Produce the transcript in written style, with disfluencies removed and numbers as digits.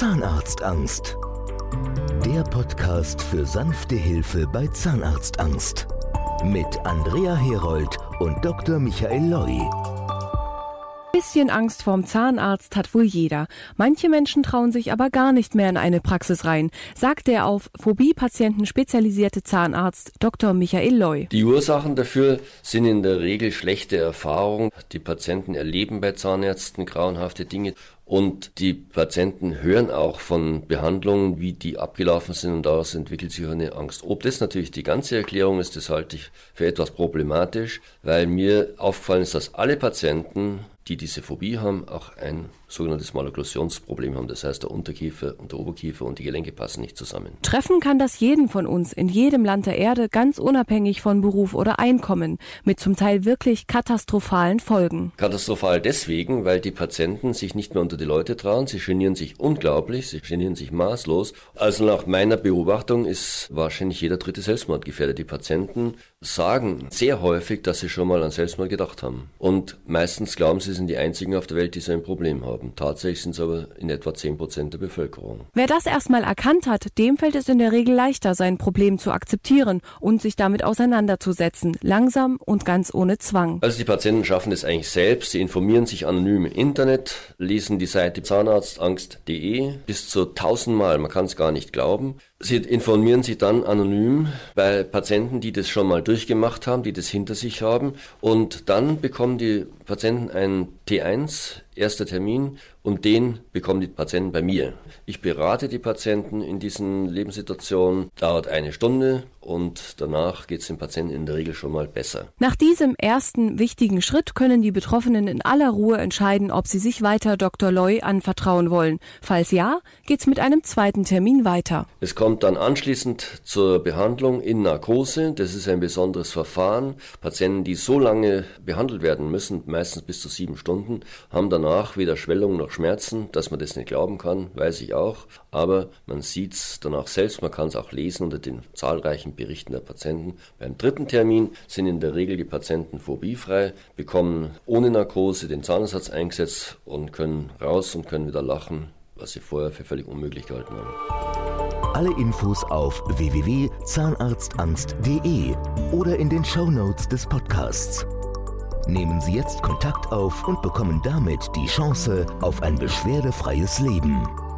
Zahnarztangst. Der Podcast für sanfte Hilfe bei Zahnarztangst. Mit Andrea Herold und Dr. Michael Loi. Bisschen Angst vorm Zahnarzt hat wohl jeder. Manche Menschen trauen sich aber gar nicht mehr in eine Praxis rein, sagt der auf Phobie-Patienten spezialisierte Zahnarzt Dr. Michael Loi. Die Ursachen dafür sind in der Regel schlechte Erfahrungen. Die Patienten erleben bei Zahnärzten grauenhafte Dinge und die Patienten hören auch von Behandlungen, wie die abgelaufen sind, und daraus entwickelt sich eine Angst. Ob das natürlich die ganze Erklärung ist, das halte ich für etwas problematisch, weil mir aufgefallen ist, dass alle Patienten, die diese Phobie haben, auch ein sogenanntes Malokklusionsproblem haben. Das heißt, der Unterkiefer und der Oberkiefer und die Gelenke passen nicht zusammen. Treffen kann das jeden von uns in jedem Land der Erde, ganz unabhängig von Beruf oder Einkommen, mit zum Teil wirklich katastrophalen Folgen. Katastrophal deswegen, weil die Patienten sich nicht mehr unter die Leute trauen. Sie genieren sich unglaublich, sie genieren sich maßlos. Also nach meiner Beobachtung ist wahrscheinlich jeder dritte Selbstmord gefährdet. Die Patienten sagen sehr häufig, dass sie schon mal an Selbstmord gedacht haben. Und meistens glauben sie sind die einzigen auf der Welt, die so ein Problem haben. Tatsächlich sind es aber in etwa 10% der Bevölkerung. Wer das erstmal erkannt hat, dem fällt es in der Regel leichter, sein Problem zu akzeptieren und sich damit auseinanderzusetzen. Langsam und ganz ohne Zwang. Also die Patienten schaffen das eigentlich selbst. Sie informieren sich anonym im Internet, lesen die Seite zahnarztangst.de bis zu 1000 Mal. Man kann es gar nicht glauben. Sie informieren sich dann anonym bei Patienten, die das schon mal durchgemacht haben, die das hinter sich haben. Und dann bekommen die Patienten einen T1, erster Termin, und den bekommen die Patienten bei mir. Ich berate die Patienten in diesen Lebenssituationen, dauert 1 Stunde und danach geht es dem Patienten in der Regel schon mal besser. Nach diesem ersten wichtigen Schritt können die Betroffenen in aller Ruhe entscheiden, ob sie sich weiter Dr. Loi anvertrauen wollen. Falls ja, geht's mit einem zweiten Termin weiter. Es kommt dann anschließend zur Behandlung in Narkose. Das ist ein besonderes Verfahren. Patienten, die so lange behandelt werden müssen, meistens bis zu 7 Stunden, haben danach weder Schwellungen noch Schmerzen. Dass man das nicht glauben kann, weiß ich auch. Aber man sieht es danach selbst, man kann es auch lesen unter den zahlreichen Berichten der Patienten. Beim dritten Termin sind in der Regel die Patienten phobiefrei, bekommen ohne Narkose den Zahnersatz eingesetzt und können raus und können wieder lachen, was sie vorher für völlig unmöglich gehalten haben. Alle Infos auf www.zahnarztangst.de oder in den Shownotes des Podcasts. Nehmen Sie jetzt Kontakt auf und bekommen damit die Chance auf ein beschwerdefreies Leben.